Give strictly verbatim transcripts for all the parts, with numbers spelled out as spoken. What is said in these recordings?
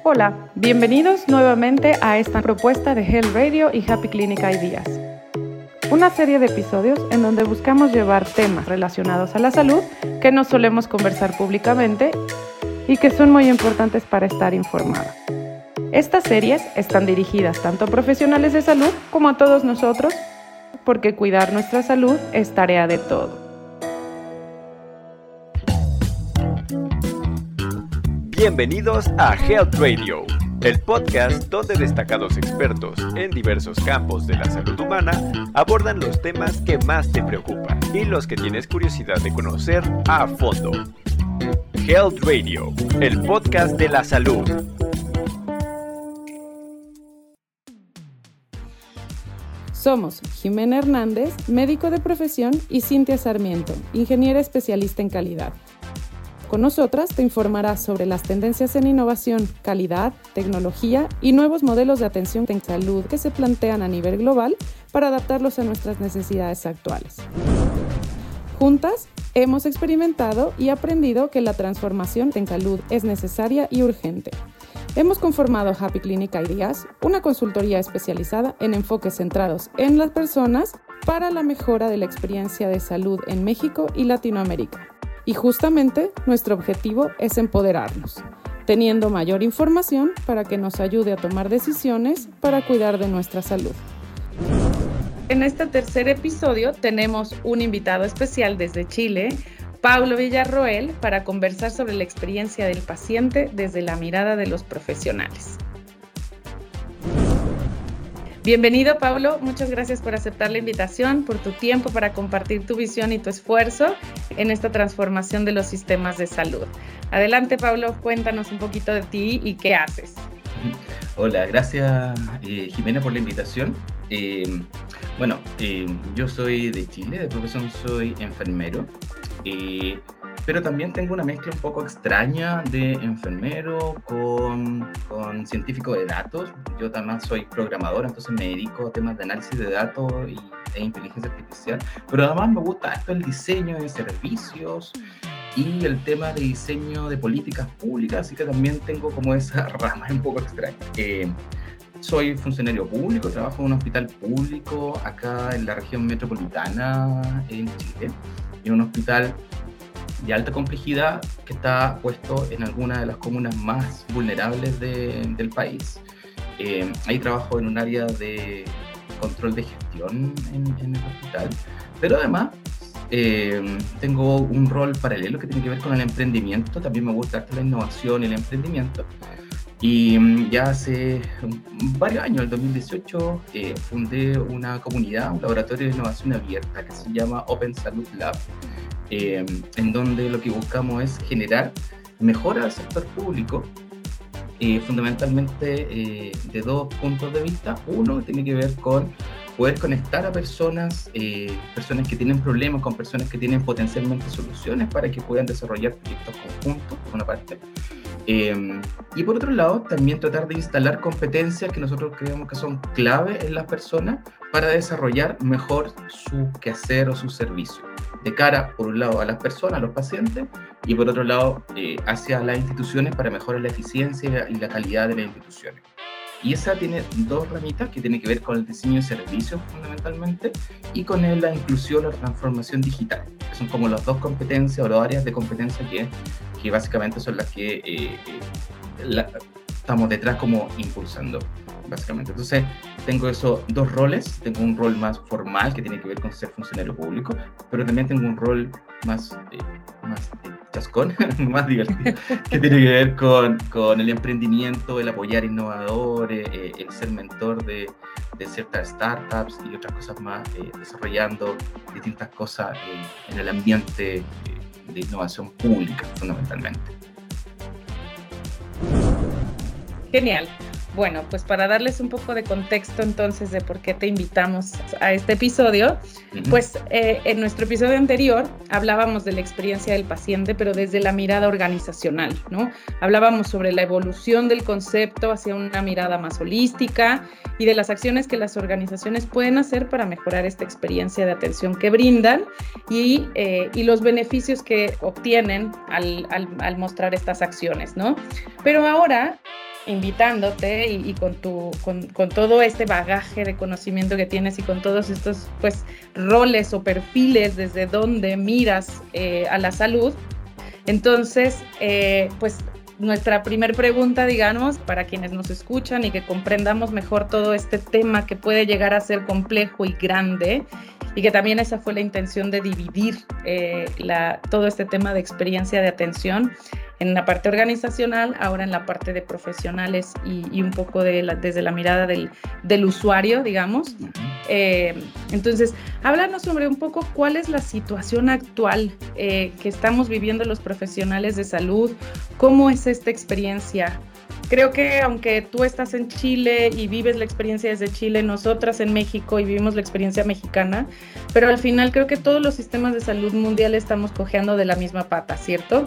Hola, bienvenidos nuevamente a esta propuesta de Health Radio y Happy Clinic Ideas. Una serie de episodios en donde buscamos llevar temas relacionados a la salud que no solemos conversar públicamente y que son muy importantes para estar informados. Estas series están dirigidas tanto a profesionales de salud como a todos nosotros, porque cuidar nuestra salud es tarea de todos. Bienvenidos a Health Radio, el podcast donde destacados expertos en diversos campos de la salud humana abordan los temas que más te preocupan y los que tienes curiosidad de conocer a fondo. Health Radio, el podcast de la salud. Somos Jimena Hernández, médico de profesión, y Cintia Sarmiento, ingeniera especialista en calidad. Con nosotras te informarás sobre las tendencias en innovación, calidad, tecnología y nuevos modelos de atención en salud que se plantean a nivel global para adaptarlos a nuestras necesidades actuales. Juntas, hemos experimentado y aprendido que la transformación en salud es necesaria y urgente. Hemos conformado Happy Clinic Ideas, una consultoría especializada en enfoques centrados en las personas para la mejora de la experiencia de salud en México y Latinoamérica. Y justamente nuestro objetivo es empoderarnos, teniendo mayor información para que nos ayude a tomar decisiones para cuidar de nuestra salud. En este tercer episodio tenemos un invitado especial desde Chile, Paulo Villarroel, para conversar sobre la experiencia del paciente desde la mirada de los profesionales. Bienvenido, Paulo. Muchas gracias por aceptar la invitación, por tu tiempo para compartir tu visión y tu esfuerzo en esta transformación de los sistemas de salud. Adelante, Paulo, cuéntanos un poquito de ti y qué haces. Hola, gracias eh, Jimena por la invitación. Eh, bueno, eh, yo soy de Chile, de profesión soy enfermero, eh, pero también tengo una mezcla un poco extraña de enfermero con, con científico de datos. Yo también soy programador, entonces me dedico a temas de análisis de datos y, e inteligencia artificial, pero además me gusta esto el diseño de servicios y el tema de diseño de políticas públicas, así que también tengo como esa rama un poco extraña. Eh, soy funcionario público, trabajo en un hospital público acá en la región metropolitana en Chile, en un hospital de alta complejidad que está puesto en alguna de las comunas más vulnerables de, del país. Eh, ahí trabajo en un área de control de gestión en, en el hospital, pero además eh, tengo un rol paralelo que tiene que ver con el emprendimiento. También me gusta la innovación y el emprendimiento. Y ya hace varios años, en el dos mil dieciocho, eh, fundé una comunidad, un laboratorio de innovación abierta que se llama Open Salud Lab, eh, en donde lo que buscamos es generar mejora al sector público, eh, fundamentalmente eh, de dos puntos de vista. Uno tiene que ver con poder conectar a personas, eh, personas que tienen problemas con personas que tienen potencialmente soluciones para que puedan desarrollar proyectos conjuntos, por una parte. Eh, y por otro lado, también tratar de instalar competencias que nosotros creemos que son clave en las personas para desarrollar mejor su quehacer o su servicio, de cara, por un lado, a las personas, a los pacientes, y por otro lado, eh, hacia las instituciones para mejorar la eficiencia y la calidad de las instituciones. Y esa tiene dos ramitas que tienen que ver con el diseño de servicios fundamentalmente y con la inclusión o transformación digital, que son como las dos competencias o las áreas de competencia que, que básicamente son las que eh, la, estamos detrás como impulsando, básicamente. Entonces tengo esos dos roles. Tengo un rol más formal que tiene que ver con ser funcionario público, pero también tengo un rol más, eh, más eh, chascón, más divertido, que tiene que ver con, con el emprendimiento, el apoyar innovadores, eh, el ser mentor de, de ciertas startups y otras cosas más, eh, desarrollando distintas cosas eh, en el ambiente eh, de innovación pública, fundamentalmente. Genial. Bueno, pues para darles un poco de contexto entonces de por qué te invitamos a este episodio, uh-huh. pues eh, en nuestro episodio anterior hablábamos de la experiencia del paciente, pero desde la mirada organizacional, ¿no? Hablábamos sobre la evolución del concepto hacia una mirada más holística y de las acciones que las organizaciones pueden hacer para mejorar esta experiencia de atención que brindan y, eh, y los beneficios que obtienen al, al, al mostrar estas acciones, ¿no? Pero ahora invitándote y, y con, tu, con, con todo este bagaje de conocimiento que tienes y con todos estos pues, roles o perfiles desde donde miras eh, a la salud. Entonces, eh, pues nuestra primer pregunta, digamos, para quienes nos escuchan y que comprendamos mejor todo este tema que puede llegar a ser complejo y grande, y que también esa fue la intención de dividir eh, la, todo este tema de experiencia de atención en la parte organizacional, ahora en la parte de profesionales y, y un poco de la, desde la mirada del, del usuario, digamos. Eh, entonces, háblanos sobre un poco cuál es la situación actual eh, que estamos viviendo los profesionales de salud, cómo es esta experiencia. Creo que aunque tú estás en Chile y vives la experiencia desde Chile, nosotras en México y vivimos la experiencia mexicana, pero al final creo que todos los sistemas de salud mundial estamos cojeando de la misma pata, ¿cierto?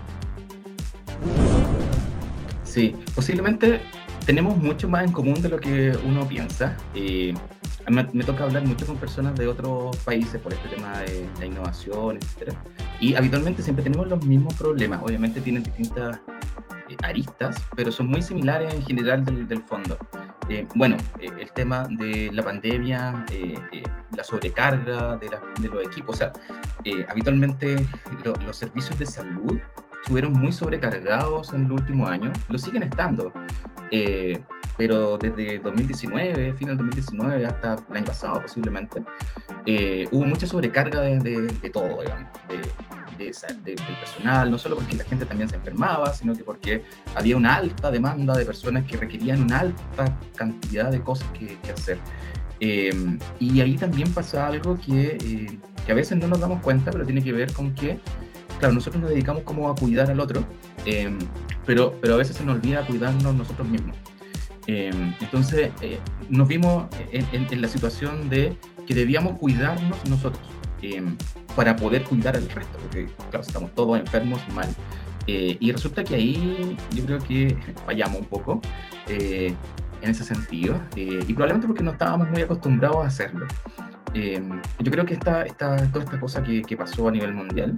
Sí, posiblemente tenemos mucho más en común de lo que uno piensa. Eh, me, me toca hablar mucho con personas de otros países por este tema de la innovación, etcétera. Y habitualmente siempre tenemos los mismos problemas. Obviamente tienen distintas eh, aristas, pero son muy similares en general del, del fondo. Eh, bueno, eh, el tema de la pandemia, eh, eh, la sobrecarga de, la, de los equipos. O sea, eh, habitualmente lo, los servicios de salud estuvieron muy sobrecargados en el último año, lo siguen estando, eh, pero desde dos mil diecinueve, fin del dos mil diecinueve hasta el año pasado posiblemente, eh, hubo mucha sobrecarga de, de, de todo, digamos, de, de, de, del personal, no solo porque la gente también se enfermaba, sino que porque había una alta demanda de personas que requerían una alta cantidad de cosas que, que hacer. Eh, y ahí también pasa algo que, eh, que a veces no nos damos cuenta, pero tiene que ver con que claro, nosotros nos dedicamos como a cuidar al otro, eh, pero, pero a veces se nos olvida cuidarnos nosotros mismos. Eh, entonces, eh, nos vimos en, en, en la situación de que debíamos cuidarnos nosotros eh, para poder cuidar al resto, porque claro, estamos todos enfermos y mal. Eh, y resulta que ahí yo creo que fallamos un poco eh, en ese sentido, eh, y probablemente porque no estábamos muy acostumbrados a hacerlo. Eh, yo creo que esta, esta, toda esta cosa que, que pasó a nivel mundial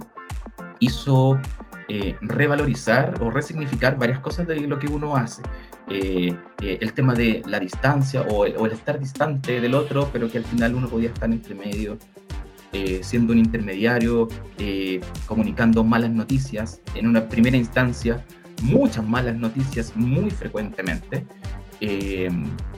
hizo eh, revalorizar o resignificar varias cosas de lo que uno hace. Eh, eh, el tema de la distancia o el, o el estar distante del otro, pero que al final uno podía estar entre medio, eh, siendo un intermediario, eh, comunicando malas noticias, en una primera instancia, muchas malas noticias muy frecuentemente. Eh,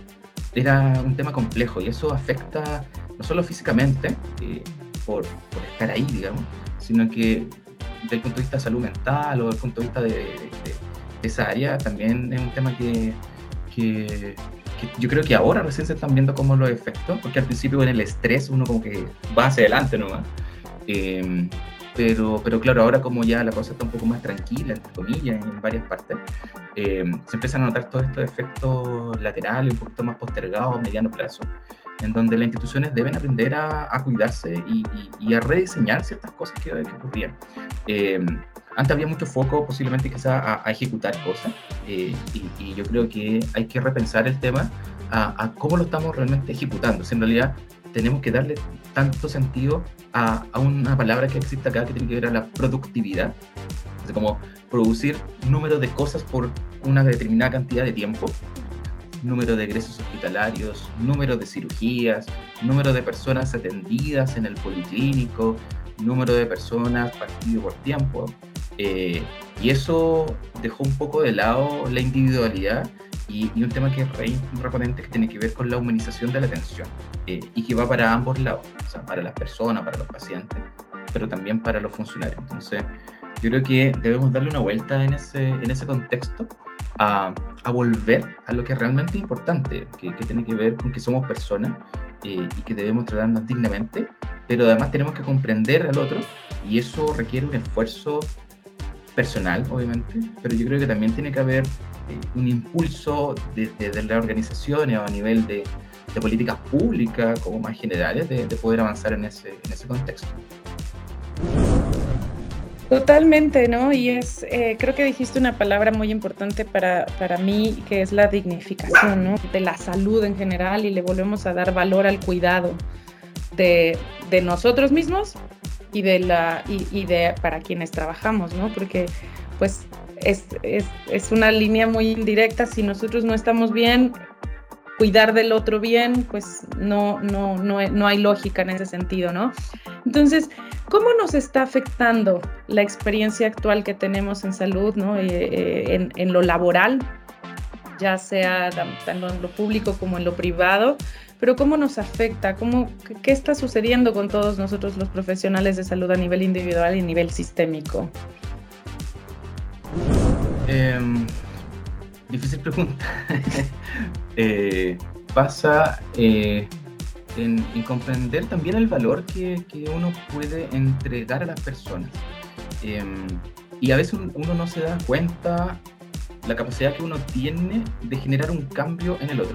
era un tema complejo y eso afecta no solo físicamente, eh, por, por estar ahí, digamos, sino que desde el punto de vista de salud mental o desde el punto de vista de, de, de esa área, también es un tema que, que, que yo creo que ahora recién se están viendo como los efectos, porque al principio en el estrés uno como que va hacia adelante nomás. Eh, pero, pero claro, ahora como ya la cosa está un poco más tranquila, entre comillas, en varias partes, eh, se empiezan a notar todos estos efectos laterales, un poquito más postergados a mediano plazo, en donde las instituciones deben aprender a, a cuidarse y, y, y a rediseñar ciertas cosas que, que ocurrían. Eh, antes había mucho foco posiblemente quizá a, a ejecutar cosas, eh, y, y yo creo que hay que repensar el tema a, a cómo lo estamos realmente ejecutando. Si en realidad tenemos que darle tanto sentido a, a una palabra que existe acá que tiene que ver a la productividad, o sea, como producir número de cosas por una determinada cantidad de tiempo, número de egresos hospitalarios, número de cirugías, número de personas atendidas en el policlínico, número de personas partido por tiempo, eh, y eso dejó un poco de lado la individualidad y, y un tema que es re importante, que tiene que ver con la humanización de la atención, eh, y que va para ambos lados, o sea, para las personas, para los pacientes, pero también para los funcionarios. Entonces, yo creo que debemos darle una vuelta en ese, en ese contexto, a, a volver a lo que es realmente importante, que, que tiene que ver con que somos personas, eh, y que debemos tratarnos dignamente, pero además tenemos que comprender al otro, y eso requiere un esfuerzo personal, obviamente, pero yo creo que también tiene que haber eh, un impulso desde de, de las organizaciones o a nivel de, de políticas públicas como más generales de, de poder avanzar en ese, en ese contexto. Totalmente, ¿no? Y es, eh, creo que dijiste una palabra muy importante para, para mí, que es la dignificación, ¿no? De la salud en general, y le volvemos a dar valor al cuidado de, de nosotros mismos y de la y, y de para quienes trabajamos, ¿no? Porque pues es, es, es una línea muy indirecta. Si nosotros no estamos bien, cuidar del otro bien, pues no, no, no, no hay lógica en ese sentido, ¿no? Entonces, ¿cómo nos está afectando la experiencia actual que tenemos en salud, ¿no? Eh, eh, en, en lo laboral, ya sea tanto en lo público como en lo privado? Pero ¿cómo nos afecta? ¿Cómo, qué está sucediendo con todos nosotros los profesionales de salud a nivel individual y a nivel sistémico? Eh, difícil pregunta. eh, pasa eh, en, en comprender también el valor que, que uno puede entregar a las personas. Eh, y a veces uno no se da cuenta la capacidad que uno tiene de generar un cambio en el otro.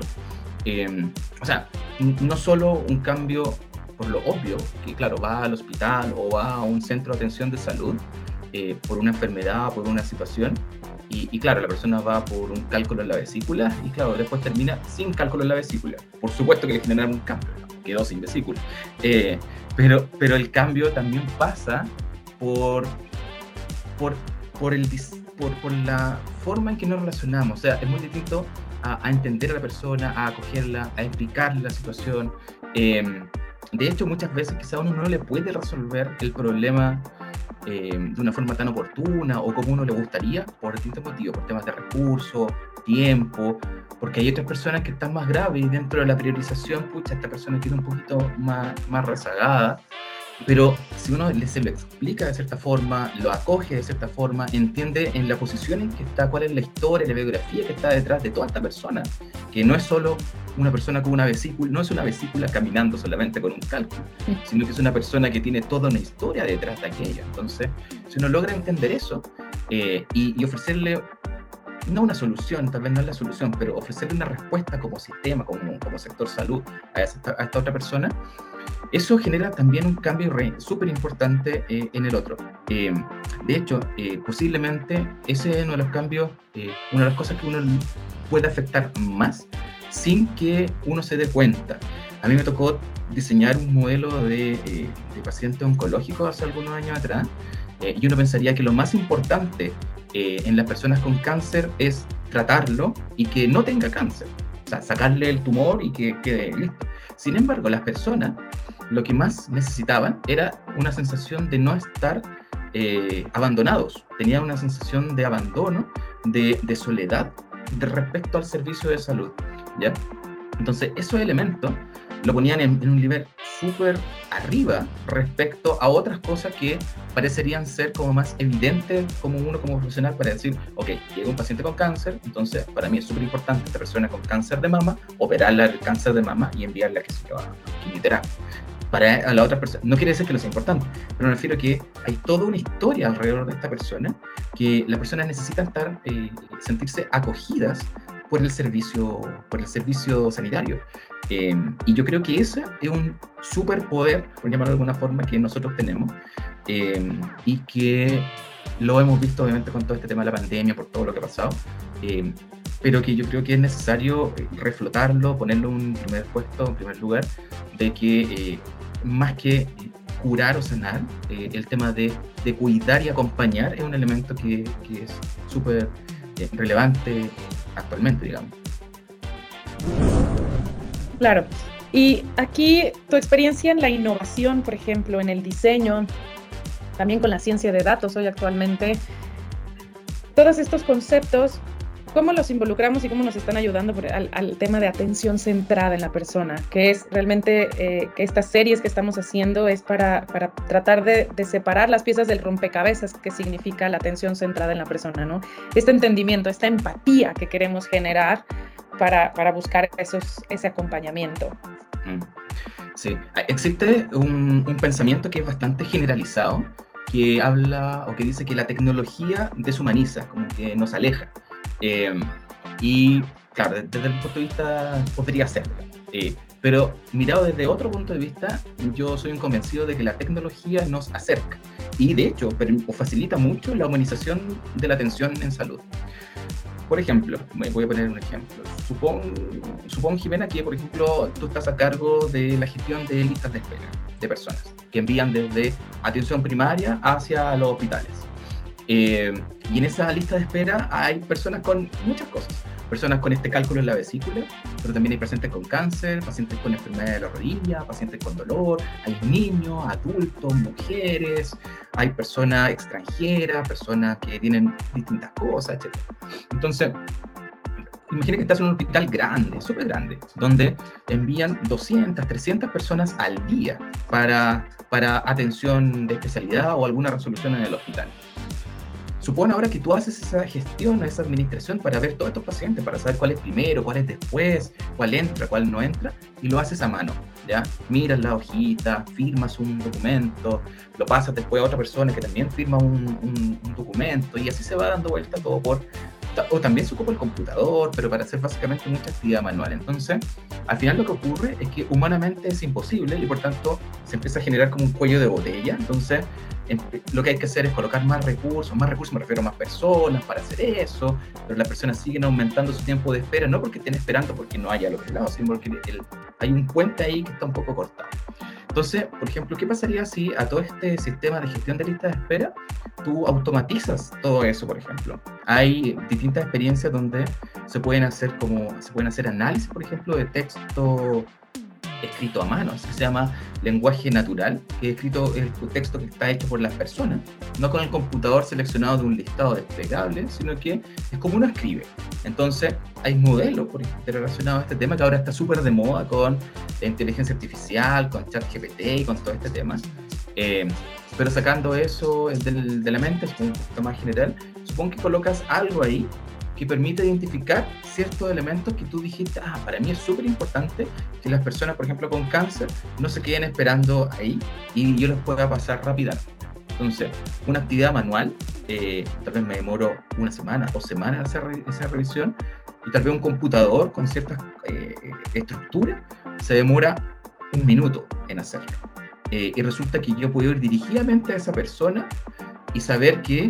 Eh, o sea, no solo un cambio por lo obvio, que claro, va al hospital o va a un centro de atención de salud eh, por una enfermedad, por una situación, y, y claro, la persona va por un cálculo en la vesícula y claro, después termina sin cálculo en la vesícula. Por supuesto que le generaron un cambio, ¿no? Quedó sin vesícula. Eh, pero, pero el cambio también pasa por, por, por, el, por, por la forma en que nos relacionamos. O sea, es muy distinto A, a entender a la persona, a acogerla, a explicarle la situación. Eh, de hecho, muchas veces quizá uno no le puede resolver el problema eh, de una forma tan oportuna o como uno le gustaría por distintos motivos, por temas de recursos, tiempo, porque hay otras personas que están más graves y dentro de la priorización, pucha, esta persona tiene un poquito más, más rezagada. Pero si uno se lo explica de cierta forma, lo acoge de cierta forma, entiende en la posición en que está, cuál es la historia, la biografía que está detrás de toda esta persona, que no es solo una persona con una vesícula, no es una vesícula caminando solamente con un cálculo, sino que es una persona que tiene toda una historia detrás de aquello. Entonces, si uno logra entender eso eh, y, y ofrecerle, no una solución, tal vez no es la solución, pero ofrecerle una respuesta como sistema, como, como sector salud a esta, a esta otra persona, eso genera también un cambio súper importante eh, en el otro. Eh, de hecho, eh, posiblemente ese es uno de los cambios, eh, una de las cosas que uno puede afectar más sin que uno se dé cuenta. A mí me tocó diseñar un modelo de, eh, de paciente oncológico hace algunos años atrás, eh, y uno pensaría que lo más importante eh, en las personas con cáncer es tratarlo y que no tenga cáncer. O sea, sacarle el tumor y que quede listo. Sin embargo, las personas lo que más necesitaban era una sensación de no estar eh, abandonados. Tenían una sensación de abandono, de, de soledad de respecto al servicio de salud, ¿ya? Entonces, esos elementos lo ponían en, en un nivel súper arriba respecto a otras cosas que parecerían ser como más evidentes como uno como profesional para decir, ok, llega un paciente con cáncer, entonces para mí es súper importante esta persona con cáncer de mama, operarla el cáncer de mama y enviarla que se a quimioterapia. Para a la otra persona, no quiere decir que no sea importante, pero me refiero a que hay toda una historia alrededor de esta persona que las personas necesitan estar, eh, sentirse acogidas por el servicio, por el servicio sanitario. Eh, y yo creo que ese es un superpoder, por llamarlo de alguna forma, que nosotros tenemos eh, y que lo hemos visto obviamente con todo este tema de la pandemia, por todo lo que ha pasado, eh, pero que yo creo que es necesario reflotarlo, ponerlo en un primer puesto, en primer lugar, de que eh, más que curar o sanar, eh, el tema de, de cuidar y acompañar es un elemento que, que es súper eh, relevante actualmente, digamos. Claro. Y aquí tu experiencia en la innovación, por ejemplo, en el diseño, también con la ciencia de datos hoy actualmente, todos estos conceptos, ¿cómo los involucramos y cómo nos están ayudando por, al, al tema de atención centrada en la persona? Que es realmente eh, que estas series que estamos haciendo es para, para tratar de, de separar las piezas del rompecabezas que significa la atención centrada en la persona, ¿no? Este entendimiento, esta empatía que queremos generar para, para buscar esos, ese acompañamiento. Sí, existe un, un pensamiento que es bastante generalizado, que habla o que dice que la tecnología deshumaniza, como que nos aleja. Eh, y claro, desde el punto de vista podría ser, eh, pero mirado desde otro punto de vista, yo soy un convencido de que la tecnología nos acerca y de hecho facilita mucho la humanización de la atención en salud. Por ejemplo, me voy a poner un ejemplo. Supón, supón, Jimena, que por ejemplo tú estás a cargo de la gestión de listas de espera de personas que envían desde atención primaria hacia los hospitales. Eh, y en esa lista de espera hay personas con muchas cosas. Personas con este cálculo en la vesícula, pero también hay pacientes con cáncer, pacientes con enfermedad de la rodilla, pacientes con dolor, hay niños, adultos, mujeres, hay personas extranjeras, personas que tienen distintas cosas, etcétera. Entonces, imagina que estás en un hospital grande, súper grande, donde envían doscientas, trescientas personas al día para, para atención de especialidad o alguna resolución en el hospital. Supone ahora que tú haces esa gestión, esa administración para ver todos estos pacientes, para saber cuál es primero, cuál es después, cuál entra, cuál no entra, y lo haces a mano, ¿ya? Miras la hojita, firmas un documento, lo pasas después a otra persona que también firma un, un, un documento, y así se va dando vuelta todo por... O también se ocupa el computador, pero para hacer básicamente mucha actividad manual. Entonces, al final lo que ocurre es que humanamente es imposible y por tanto se empieza a generar como un cuello de botella. Entonces, lo que hay que hacer es colocar más recursos, más recursos me refiero a más personas para hacer eso, pero las personas siguen aumentando su tiempo de espera, no porque estén esperando porque no haya al otro lado, sino porque el, hay un puente ahí que está un poco cortado. Entonces, por ejemplo, ¿qué pasaría si a todo este sistema de gestión de listas de espera tú automatizas todo eso, por ejemplo? Hay distintas experiencias donde se pueden hacer como, se pueden hacer análisis, por ejemplo, de texto escrito a mano, así que se llama lenguaje natural, que es escrito el texto que está hecho por las personas, no con el computador seleccionado de un listado desplegable, sino que es como uno escribe. Entonces, hay modelos por ejemplo, relacionados a este tema que ahora está súper de moda con la inteligencia artificial, con ChatGPT y con todo este tema. Eh, pero sacando eso del, de la mente, es un poquito más general, supongo que colocas algo ahí que permite identificar ciertos elementos que tú dijiste, ah, para mí es súper importante que las personas, por ejemplo, con cáncer, no se queden esperando ahí y yo les pueda pasar rápidamente. Entonces, una actividad manual, eh, tal vez me demoro una semana, dos semanas hacer esa revisión, y tal vez un computador con ciertas eh, estructuras se demora un minuto en hacerlo. Eh, y resulta que yo puedo ir dirigidamente a esa persona y saber que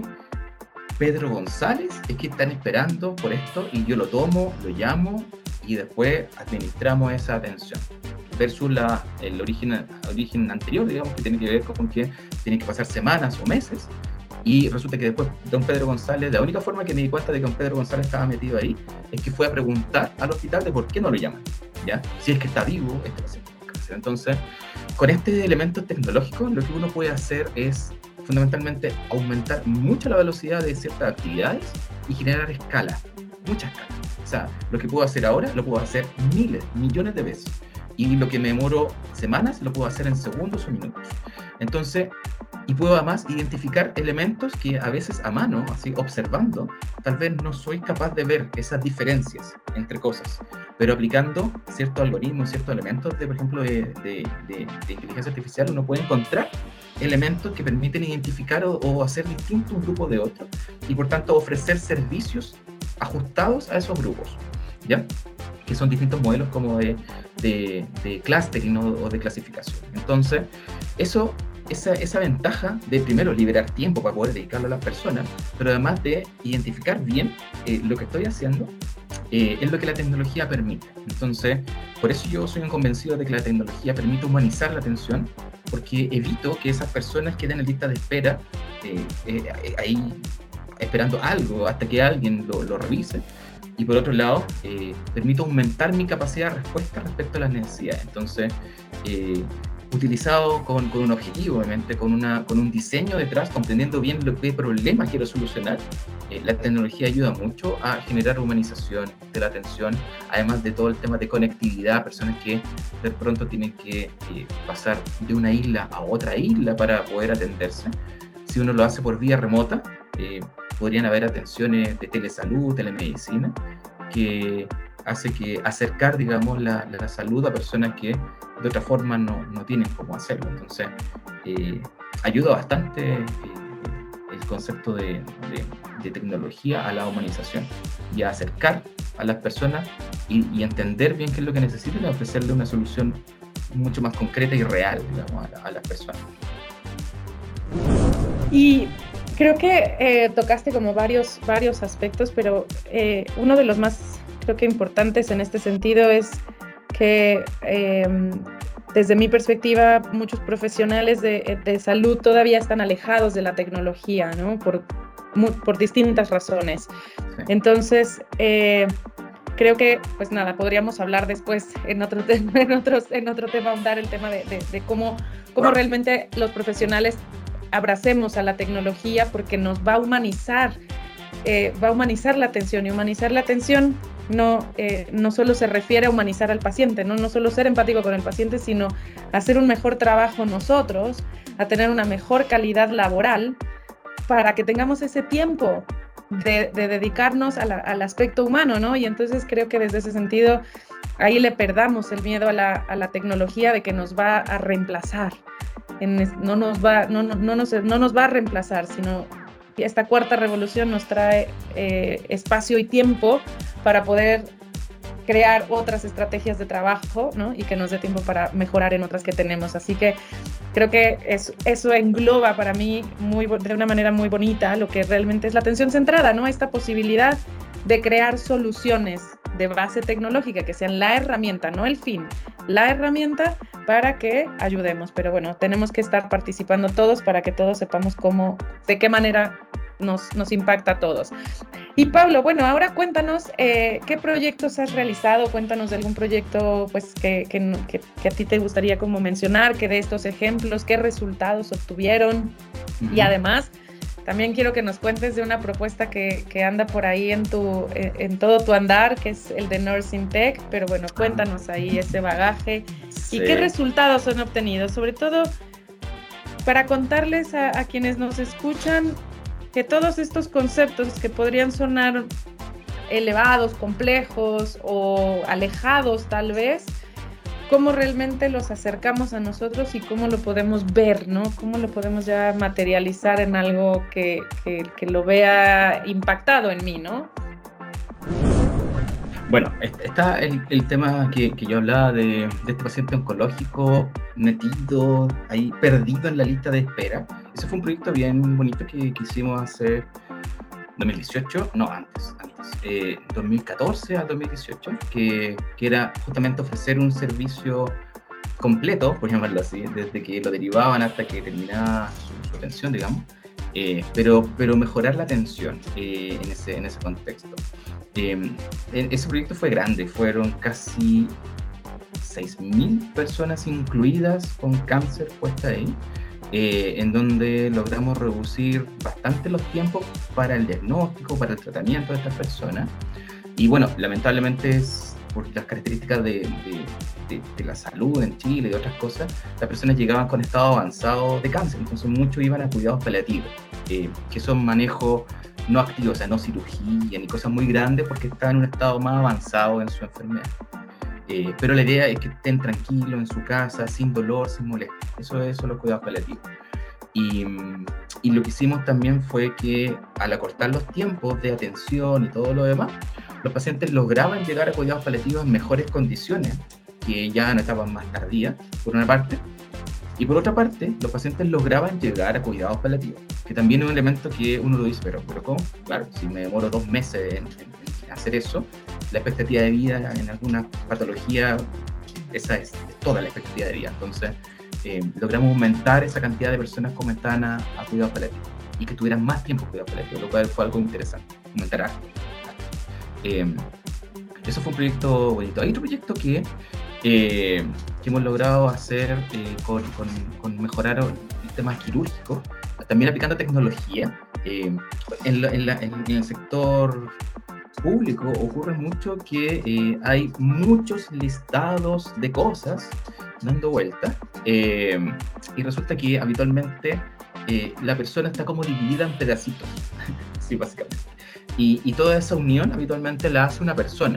Pedro González es que están esperando por esto y yo lo tomo, lo llamo y después administramos esa atención. Versus la, el origen, origen anterior, digamos, que tiene que ver con que tiene que pasar semanas o meses y resulta que después don Pedro González, la única forma que me di cuenta de que don Pedro González estaba metido ahí es que fue a preguntar al hospital de por qué no lo llaman, ¿ya? Si es que está vivo este paciente. Entonces, con este elemento tecnológico, lo que uno puede hacer es fundamentalmente aumentar mucho la velocidad de ciertas actividades y generar escala, mucha escala. O sea, lo que puedo hacer ahora lo puedo hacer miles, millones de veces. Y lo que me demoro semanas lo puedo hacer en segundos o minutos. Entonces, y puedo además identificar elementos que a veces a mano, así observando, tal vez no soy capaz de ver esas diferencias entre cosas, pero aplicando ciertos algoritmos, ciertos elementos, de, por ejemplo, de, de, de, de inteligencia artificial, uno puede encontrar elementos que permiten identificar o, o hacer distinto un grupo de otro y por tanto ofrecer servicios ajustados a esos grupos, ¿ya? Que son distintos modelos como de, de, de clustering o, o de clasificación. Entonces, eso, esa, esa ventaja de primero liberar tiempo para poder dedicarlo a las personas, pero además de identificar bien eh, lo que estoy haciendo, eh, es lo que la tecnología permite. Entonces, por eso yo soy un convencido de que la tecnología permite humanizar la atención, porque evito que esas personas queden en lista de espera eh, eh, ahí esperando algo hasta que alguien lo, lo revise. Y por otro lado, eh, permito aumentar mi capacidad de respuesta respecto a las necesidades. Entonces, eh, utilizado con, con un objetivo, obviamente, con, una, con un diseño detrás, comprendiendo bien lo que problema quiero solucionar, eh, la tecnología ayuda mucho a generar humanización de la atención, además de todo el tema de conectividad, personas que de pronto tienen que eh, pasar de una isla a otra isla para poder atenderse. Si uno lo hace por vía remota, eh, podrían haber atenciones de telesalud, telemedicina, que hace que acercar, digamos, la, la salud a personas que de otra forma no, no tienen cómo hacerlo. Entonces, eh, ayuda bastante eh, el concepto de, de, de tecnología a la humanización y a acercar a las personas y, y entender bien qué es lo que necesitan y ofrecerle una solución mucho más concreta y real, digamos, a, la, a las personas. Y creo que eh, tocaste como varios, varios aspectos, pero eh, uno de los más, creo que importantes en este sentido es que eh, desde mi perspectiva muchos profesionales de, de salud todavía están alejados de la tecnología, ¿no? Por muy, por distintas razones. Sí. Entonces, eh, creo que, pues nada, podríamos hablar después en otro, tema, en otros, en otro tema, ahondar el tema de, de, de cómo, cómo realmente los profesionales abracemos a la tecnología, porque nos va a humanizar, eh, va a humanizar la atención, y humanizar la atención no, eh, no solo se refiere a humanizar al paciente, ¿no? no solo ser empático con el paciente, sino hacer un mejor trabajo nosotros, a tener una mejor calidad laboral, para que tengamos ese tiempo de, de dedicarnos a la, al aspecto humano, ¿no? Y entonces creo que desde ese sentido, ahí le perdamos el miedo a la, a la tecnología de que nos va a reemplazar. En, no, nos va, no, no, no, nos, no nos va a reemplazar, sino esta cuarta revolución nos trae eh, espacio y tiempo para poder crear otras estrategias de trabajo, ¿no? Y que nos dé tiempo para mejorar en otras que tenemos. Así que creo que eso, eso engloba para mí muy, de una manera muy bonita lo que realmente es la atención centrada, ¿no? Esta posibilidad de crear soluciones de base tecnológica que sean la herramienta, no el fin, la herramienta para que ayudemos. Pero bueno, tenemos que estar participando todos para que todos sepamos cómo, de qué manera nos, nos impacta a todos. Y Pablo, bueno, ahora cuéntanos eh, qué proyectos has realizado, cuéntanos de algún proyecto pues, que, que, que, que a ti te gustaría como mencionar, que de estos ejemplos, qué resultados obtuvieron. Uh-huh. Y además, también quiero que nos cuentes de una propuesta que, que anda por ahí en, tu, en todo tu andar, que es el de Nursing Tech, pero bueno, cuéntanos ahí ese bagaje sí. y qué resultados han obtenido, sobre todo para contarles a, a quienes nos escuchan que todos estos conceptos que podrían sonar elevados, complejos o alejados tal vez, cómo realmente los acercamos a nosotros y cómo lo podemos ver, ¿no? Cómo lo podemos ya materializar en algo que, que, que lo vea impactado en mí, ¿no? Bueno, está el, el tema que, que yo hablaba de, de este paciente oncológico metido ahí, perdido en la lista de espera. Ese fue un proyecto bien bonito que, que hicimos hace dos mil dieciocho, no, antes, antes eh, dos mil catorce a dos mil dieciocho, que, que era justamente ofrecer un servicio completo, por llamarlo así, desde que lo derivaban hasta que terminaba su, su atención, digamos, eh, pero, pero mejorar la atención eh, en, ese, en ese contexto. Eh, ese proyecto fue grande, fueron casi seis mil personas incluidas con cáncer puesta ahí, eh, en donde logramos reducir bastante los tiempos para el diagnóstico, para el tratamiento de estas personas. Y bueno, lamentablemente es por las características de, de, de, de la salud en Chile y de otras cosas, las personas llegaban con estado avanzado de cáncer, entonces muchos iban a cuidados paliativos, eh, que son manejos no activos, o sea, no cirugía ni cosas muy grandes porque estaban en un estado más avanzado en su enfermedad. Eh, pero la idea es que estén tranquilos en su casa, sin dolor, sin molestia. Eso es los cuidados paliativos. Y, y lo que hicimos también fue que al acortar los tiempos de atención y todo lo demás, los pacientes lograban llegar a cuidados paliativos en mejores condiciones, que ya en etapas más tardías, por una parte. Y por otra parte, los pacientes lograban llegar a cuidados paliativos, que también es un elemento que uno lo dice, pero, pero ¿cómo? Claro, si me demoro dos meses en, en, en hacer eso, la expectativa de vida en alguna patología, esa es, es toda la expectativa de vida. Entonces, eh, logramos aumentar esa cantidad de personas que aumentaban a, a cuidados paliativos y que tuvieran más tiempo cuidados paliativos, lo cual fue algo interesante, aumentar algo. Eh, eso fue un proyecto bonito. Hay otro proyecto que Eh, que hemos logrado hacer eh, con, con, con mejorar el tema quirúrgico, también aplicando tecnología. Eh, en, la, en, la, en el sector público ocurre mucho que eh, hay muchos listados de cosas dando vuelta eh, y resulta que habitualmente eh, la persona está como dividida en pedacitos, sí, básicamente. Y, y toda esa unión habitualmente la hace una persona,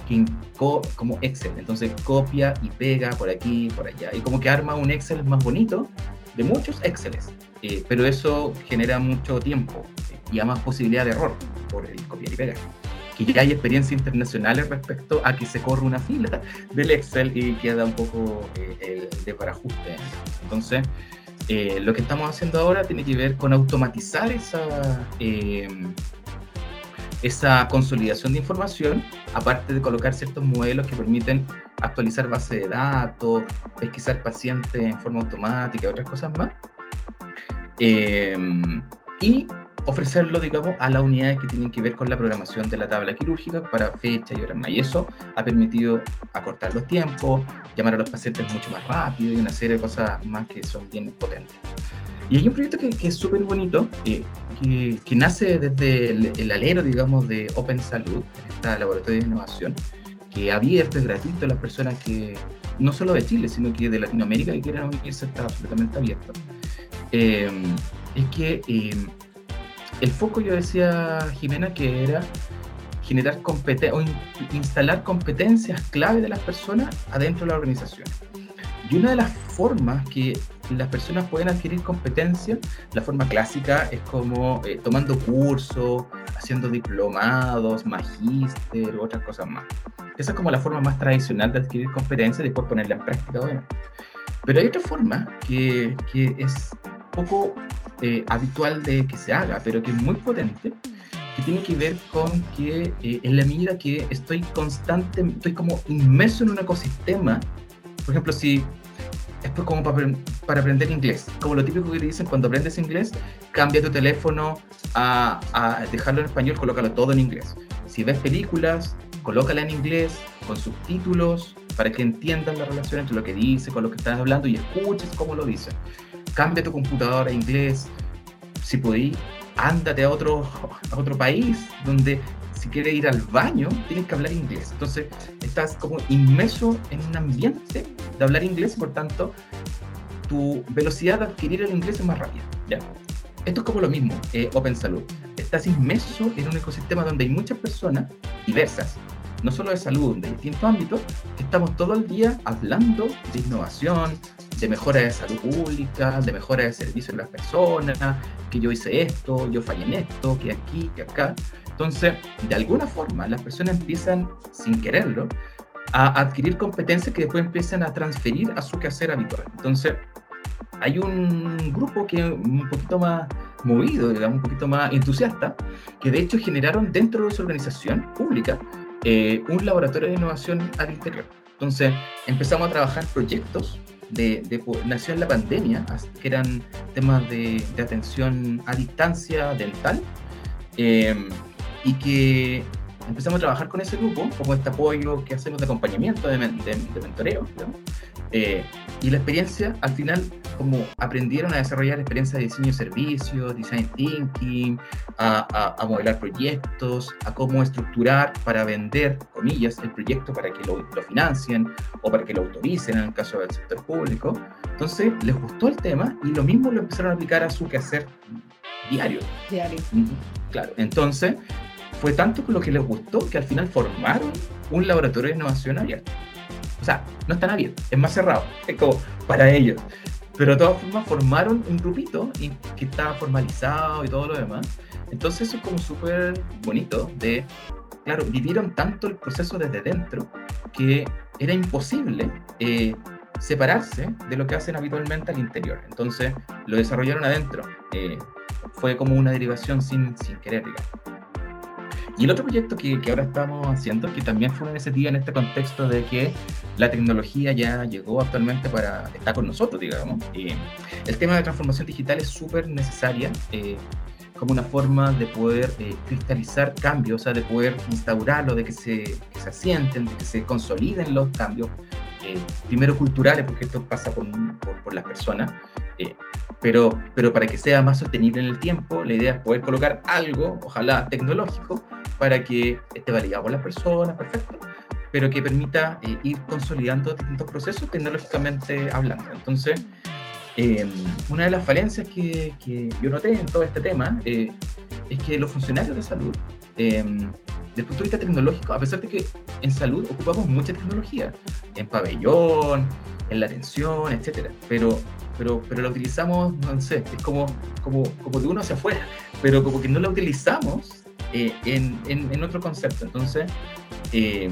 como Excel, entonces copia y pega por aquí, por allá, y como que arma un Excel más bonito de muchos Exceles, eh, pero eso genera mucho tiempo eh, y además posibilidad de error por el copiar y pegar, que ya hay experiencias internacionales respecto a que se corre una fila del Excel y queda un poco eh, el desbarajuste. Entonces, eh, lo que estamos haciendo ahora tiene que ver con automatizar esa eh, esa consolidación de información, aparte de colocar ciertos modelos que permiten actualizar base de datos, pesquisar pacientes en forma automática y otras cosas más. Eh, y ofrecerlo, digamos, a las unidades que tienen que ver con la programación de la tabla quirúrgica para fecha y horas más. Y eso ha permitido acortar los tiempos, llamar a los pacientes mucho más rápido y una serie de cosas más que son bien potentes. Y hay un proyecto que, que es súper bonito, eh, que, que nace desde el, el alero, digamos, de Open Salud, este laboratorio de innovación, que abierto, es gratuito a las personas que, no solo de Chile, sino que de Latinoamérica, que quieran unirse, está absolutamente abierto. Eh, es que eh, el foco, yo decía, Jimena, que era generar competen- o in- instalar competencias clave de las personas adentro de la organización. Y una de las formas que las personas pueden adquirir competencia, la forma clásica es como eh, tomando cursos, haciendo diplomados, magíster u otras cosas más. Esa es como la forma más tradicional de adquirir competencia y después ponerla en práctica, obviamente. Pero hay otra forma que, que es poco eh, habitual de que se haga, pero que es muy potente, que tiene que ver con que eh, en la medida que estoy constante, estoy como inmerso en un ecosistema. Por ejemplo, si es como para, para aprender inglés, como lo típico que te dicen cuando aprendes inglés, cambia tu teléfono a, a dejarlo en español, colócalo todo en inglés. Si ves películas, colócala en inglés, con subtítulos, para que entiendan la relación entre lo que dice con lo que estás hablando y escuches cómo lo dicen. Cambia tu computadora a inglés, si podís, ándate a otro, a otro país donde si quieres ir al baño, tienes que hablar inglés. Entonces, estás como inmerso en un ambiente de hablar inglés, por tanto, tu velocidad de adquirir el inglés es más rápida. ¿Ya? Esto es como lo mismo, eh, Open Salud. Estás inmerso en un ecosistema donde hay muchas personas diversas, no solo de salud, de distintos ámbitos, que estamos todo el día hablando de innovación, de mejora de salud pública, de mejora de servicio a las personas, que yo hice esto, yo fallé en esto, que aquí, que acá. Entonces, de alguna forma, las personas empiezan, sin quererlo, a adquirir competencias que después empiezan a transferir a su quehacer habitual. Entonces, hay un grupo que es un poquito más movido, digamos, un poquito más entusiasta, que de hecho generaron dentro de su organización pública eh, un laboratorio de innovación al interior. Entonces, empezamos a trabajar proyectos de, de, nació en la pandemia, que eran temas de, de atención a distancia dental, eh, y que empezamos a trabajar con ese grupo, como este apoyo que hacemos de acompañamiento, de, de, de mentoreo, ¿no? eh, y la experiencia, al final, como aprendieron a desarrollar experiencia de diseño de servicios, design thinking, a, a, a modelar proyectos, a cómo estructurar para vender, comillas, el proyecto para que lo, lo financien o para que lo autoricen en el caso del sector público. Entonces, les gustó el tema y lo mismo lo empezaron a aplicar a su quehacer diario. Diario. Claro, entonces fue tanto lo que les gustó que al final formaron un laboratorio de innovación abierto. O sea, no es tan abierto, es más cerrado, es como para ellos. Pero de todas formas formaron un grupito que estaba formalizado y todo lo demás. Entonces eso es como súper bonito de, claro, vivieron tanto el proceso desde dentro que era imposible eh, separarse de lo que hacen habitualmente al interior. Entonces lo desarrollaron adentro. Eh, fue como una derivación sin, sin querer, digamos. Y el otro proyecto que, que ahora estamos haciendo, que también fue una iniciativa en este contexto de que la tecnología ya llegó actualmente para, está con nosotros, digamos. Eh, el tema de transformación digital es súper necesaria eh, como una forma de poder eh, cristalizar cambios, o sea, de poder instaurarlo, de que se, que se asienten, de que se consoliden los cambios, eh, primero culturales, porque esto pasa por, por, por las personas, eh, pero, pero para que sea más sostenible en el tiempo, la idea es poder colocar algo, ojalá tecnológico, para que esté validado por las personas, perfecto, pero que permita eh, ir consolidando distintos procesos tecnológicamente hablando. Entonces, eh, una de las falencias que, que yo noté en todo este tema eh, es que los funcionarios de salud, eh, desde el punto de vista tecnológico, a pesar de que en salud ocupamos mucha tecnología, en pabellón, en la atención, etcétera, pero, pero, pero la utilizamos, no sé, es como, como, como de uno hacia afuera, pero como que no la utilizamos eh, en, en, en otro concepto. Entonces, eh,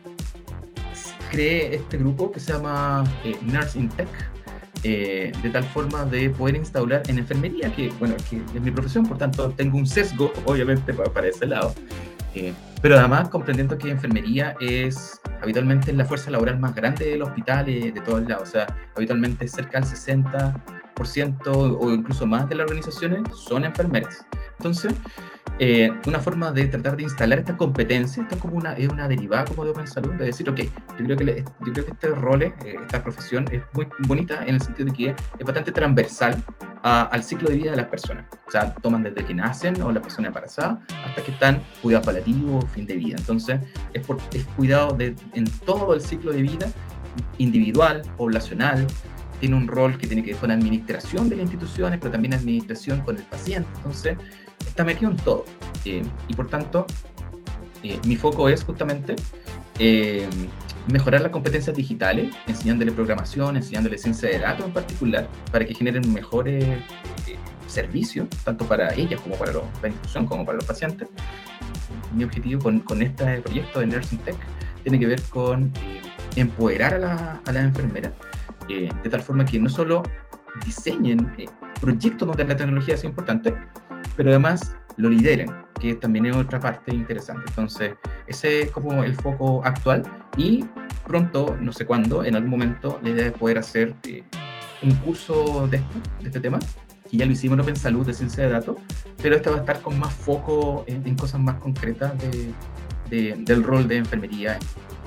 creé este grupo que se llama eh, Nurse in Tech, eh, de tal forma de poder instaurar en enfermería, que bueno, que es mi profesión, por tanto tengo un sesgo, obviamente, para, para ese lado, eh, pero además comprendiendo que enfermería es habitualmente la fuerza laboral más grande del hospital, eh, de todos lados, o sea, habitualmente cerca del sesenta por ciento o incluso más de las organizaciones son enfermeras. Entonces, eh, una forma de tratar de instalar esta competencia, esto es como una, es una derivada como de Open Salud, de decir, ok, yo creo que, le, yo creo que este rol, eh, esta profesión es muy bonita en el sentido de que es bastante transversal a, al ciclo de vida de las personas. O sea, toman desde que nacen o la persona embarazada hasta que están cuidados paliativos, fin de vida. Entonces, es, por, es cuidado de, en todo el ciclo de vida, individual, poblacional. Tiene un rol que tiene que ver con administración de las instituciones, pero también administración con el paciente. Entonces, está metido en todo. Eh, y por tanto, eh, mi foco es justamente eh, mejorar las competencias digitales, enseñándole programación, enseñándole ciencia de datos en particular, para que generen mejores eh, servicios, tanto para ellas como para los, la institución, como para los pacientes. Mi objetivo con, con este proyecto de Nursing Tech tiene que ver con eh, empoderar a, la, a las enfermeras, Eh, de tal forma que no solo diseñen eh, proyectos donde la tecnología sea importante, pero además lo lideren, que también es otra parte interesante. Entonces, ese es como el foco actual y pronto, no sé cuándo, en algún momento, la idea es poder hacer eh, un curso de, esto, de este tema, que ya lo hicimos en Open Salud de ciencia de datos, pero este va a estar con más foco en, en cosas más concretas de, de, del rol de enfermería.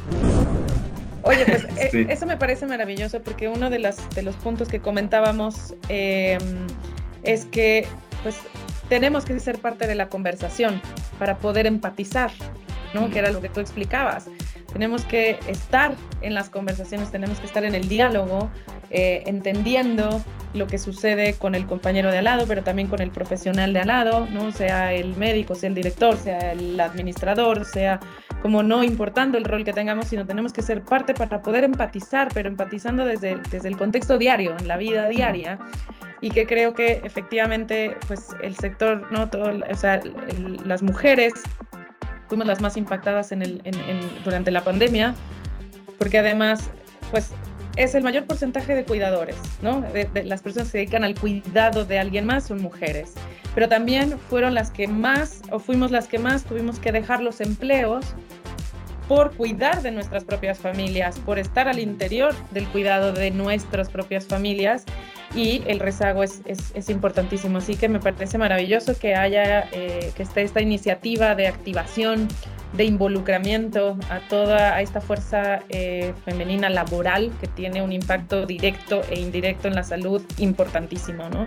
Oye, pues sí. eh, eso me parece maravilloso porque uno de, las, de los puntos que comentábamos eh, es que pues, tenemos que ser parte de la conversación para poder empatizar, ¿no? Que era lo que tú explicabas. Tenemos que estar en las conversaciones, tenemos que estar en el diálogo, eh, entendiendo lo que sucede con el compañero de al lado, pero también con el profesional de al lado, ¿no? Sea el médico, sea el director, sea el administrador, sea como no importando el rol que tengamos, sino tenemos que ser parte para poder empatizar, pero empatizando desde, desde el contexto diario, en la vida diaria, y que creo que efectivamente pues, el sector, ¿no? Todo, o sea, el, las mujeres fuimos las más impactadas en el, en, en, durante la pandemia, porque además pues, es el mayor porcentaje de cuidadores, ¿no? De, de las personas que se dedican al cuidado de alguien más son mujeres, pero también fueron las que más, o fuimos las que más tuvimos que dejar los empleos por cuidar de nuestras propias familias, por estar al interior del cuidado de nuestras propias familias, y el rezago es, es, es importantísimo. Así que me parece maravilloso que haya, eh, que esté esta iniciativa de activación, de involucramiento a toda a esta fuerza eh, femenina laboral que tiene un impacto directo e indirecto en la salud importantísimo, ¿no?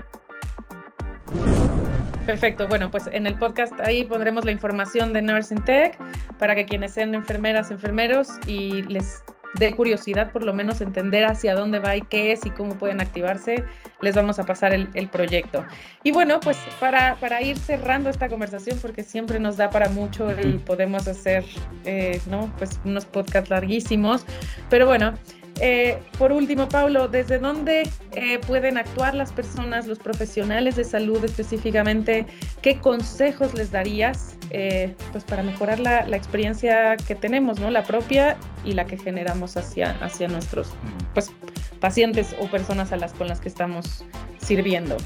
Perfecto, bueno, pues en el podcast ahí pondremos la información de Nursing Tech para que quienes sean enfermeras, enfermeros y les dé curiosidad por lo menos entender hacia dónde va y qué es y cómo pueden activarse, les vamos a pasar el, el proyecto. Y bueno, pues para, para ir cerrando esta conversación, porque siempre nos da para mucho y podemos hacer eh, ¿no? pues unos podcasts larguísimos, pero bueno, Eh, por último, Paulo, ¿desde dónde eh, pueden actuar las personas, los profesionales de salud específicamente? ¿Qué consejos les darías eh, pues para mejorar la, la experiencia que tenemos, ¿no? La propia y la que generamos hacia, hacia nuestros pues, pacientes o personas a las, con las que estamos sirviendo?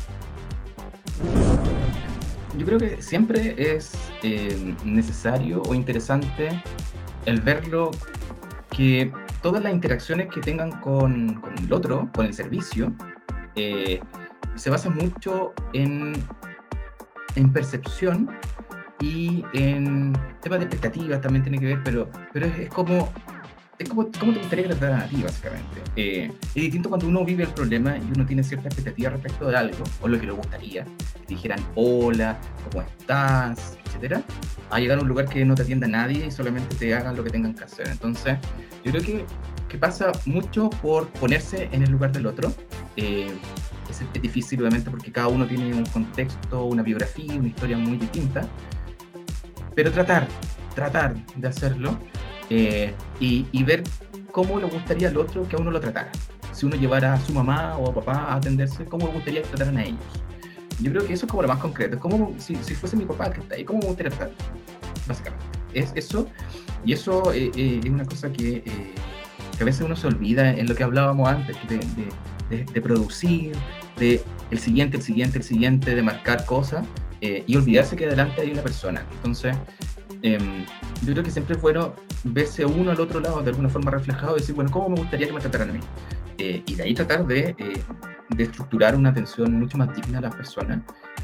Yo creo que siempre es eh, necesario o interesante el verlo que todas las interacciones que tengan con, con el otro, con el servicio, eh, se basan mucho en, en percepción y en temas de expectativas también tiene que ver, pero, pero es, es como, es como, como te gustaría que te trataran a ti, básicamente. Eh, es distinto cuando uno vive el problema y uno tiene cierta expectativa respecto de algo, o lo que le gustaría, que dijeran hola, ¿cómo estás?, etcétera, a llegar a un lugar que no te atienda nadie y solamente te hagan lo que tengan que hacer. Entonces, yo creo que, que pasa mucho por ponerse en el lugar del otro. Eh, es, es difícil, obviamente, porque cada uno tiene un contexto, una biografía, una historia muy distinta, pero tratar, tratar de hacerlo eh, y, y ver cómo le gustaría al otro que a uno lo tratara. Si uno llevara a su mamá o a papá a atenderse, cómo le gustaría que trataran a ellos. Yo creo que eso es como lo más concreto. Es como si, si fuese mi papá que está ahí, ¿cómo me gustaría tratar? Básicamente. Es eso. Y eso eh, eh, es una cosa que, eh, que a veces uno se olvida en lo que hablábamos antes, de, de, de, de producir, de el siguiente, el siguiente, el siguiente, de marcar cosas eh, y olvidarse que adelante hay una persona. Entonces, eh, yo creo que siempre es bueno verse uno al otro lado de alguna forma reflejado y decir, bueno, ¿cómo me gustaría que me trataran a mí? Eh, y de ahí tratar de, eh, de estructurar una atención mucho más digna a las personas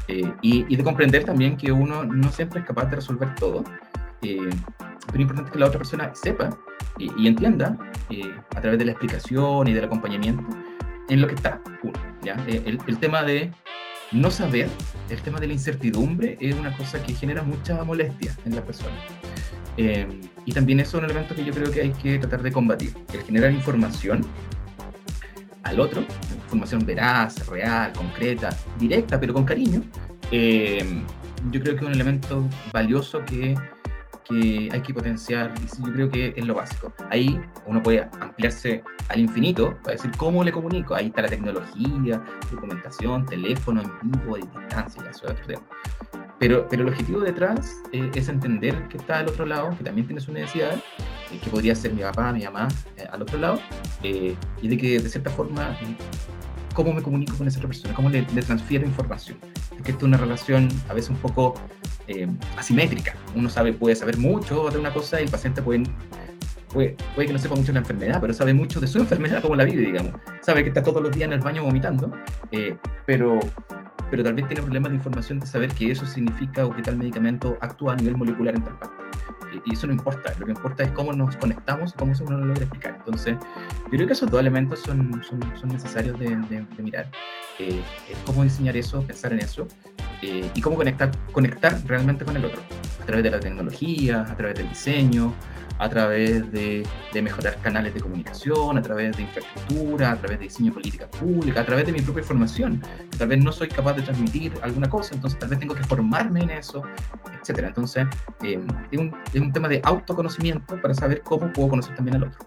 Eh, y, y de comprender también que uno no siempre es capaz de resolver todo, eh, pero es importante que la otra persona sepa eh, y entienda eh, a través de la explicación y del acompañamiento en lo que está uno, ¿ya? Eh, el, el tema de no saber, el tema de la incertidumbre es una cosa que genera mucha molestia en la persona. Eh, y también eso es un elemento que yo creo que hay que tratar de combatir, el generar información al otro, información veraz, real, concreta, directa, pero con cariño. Eh, yo creo que es un elemento valioso que, que hay que potenciar, y yo creo que es lo básico. Ahí uno puede ampliarse al infinito para decir cómo le comunico. Ahí está la tecnología, documentación, teléfono en vivo, de distancia, ya eso es otro tema. Pero, pero el objetivo detrás eh, es entender que está al otro lado, que también tiene su necesidad, eh, que podría ser mi papá, mi mamá, eh, al otro lado, eh, y de que de cierta forma, eh, cómo me comunico con esa otra persona, cómo le, le transfiero información. Porque esto es una relación a veces un poco eh, asimétrica. Uno sabe, puede saber mucho de una cosa y el paciente puede, puede, puede que no sepa mucho de la enfermedad, pero sabe mucho de su enfermedad, cómo la vive, digamos. Sabe que está todos los días en el baño vomitando, eh, pero... pero tal vez tiene problemas de información de saber que eso significa o que tal medicamento actúa a nivel molecular en tal parte. Y eso no importa, lo que importa es cómo nos conectamos y cómo eso uno lo logra explicar. Entonces, yo creo que esos dos elementos son, son, son necesarios de, de, de mirar. Eh, cómo diseñar eso, pensar en eso, eh, y cómo conectar, conectar realmente con el otro, a través de la tecnología, a través del diseño, a través de, de mejorar canales de comunicación, a través de infraestructura, a través de diseño de política pública, a través de mi propia formación. Tal vez no soy capaz de transmitir alguna cosa, entonces tal vez tengo que formarme en eso, etcétera. Entonces, eh, es, un, es un tema de autoconocimiento para saber cómo puedo conocer también al otro.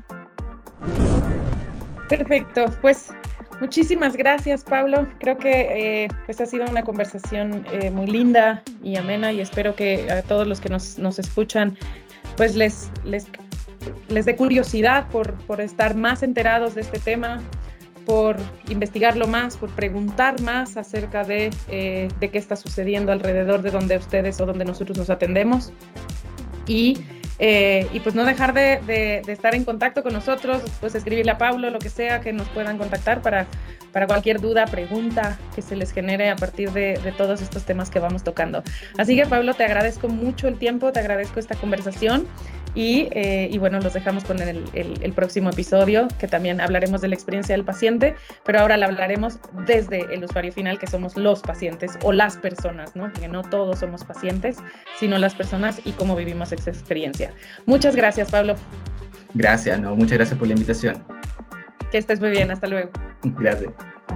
Perfecto, pues muchísimas gracias, Pablo. Creo que eh, pues ha sido una conversación eh, muy linda y amena, y espero que a todos los que nos, nos escuchan pues les, les, les dé curiosidad por, por estar más enterados de este tema, por investigarlo más, por preguntar más acerca de, eh, de qué está sucediendo alrededor de donde ustedes o donde nosotros nos atendemos. Y, eh, y pues no dejar de, de, de estar en contacto con nosotros, pues escribirle a Pablo, lo que sea, que nos puedan contactar para, para cualquier duda, pregunta que se les genere a partir de, de todos estos temas que vamos tocando. Así que, Pablo, te agradezco mucho el tiempo, te agradezco esta conversación y, eh, y bueno, los dejamos con el, el, el próximo episodio, que también hablaremos de la experiencia del paciente, pero ahora la hablaremos desde el usuario final, que somos los pacientes o las personas, ¿no? Porque no todos somos pacientes, sino las personas y cómo vivimos esa experiencia. Muchas gracias, Pablo. Gracias, no, muchas gracias por la invitación. Que estés muy bien, hasta luego. Gracias.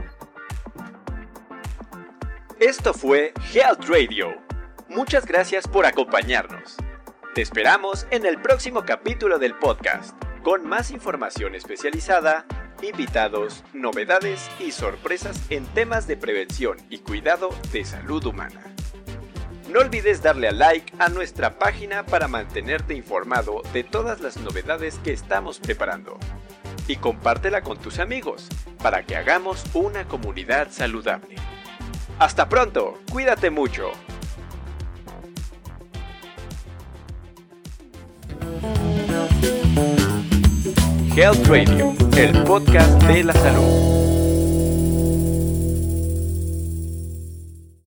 Esto fue Health Radio. Muchas gracias por acompañarnos. Te esperamos en el próximo capítulo del podcast, con más información especializada, invitados, novedades y sorpresas en temas de prevención y cuidado de salud humana. No olvides darle a like a nuestra página para mantenerte informado de todas las novedades que estamos preparando. Y compártela con tus amigos para que hagamos una comunidad saludable. ¡Hasta pronto! ¡Cuídate mucho! Health Radio, el podcast de la salud.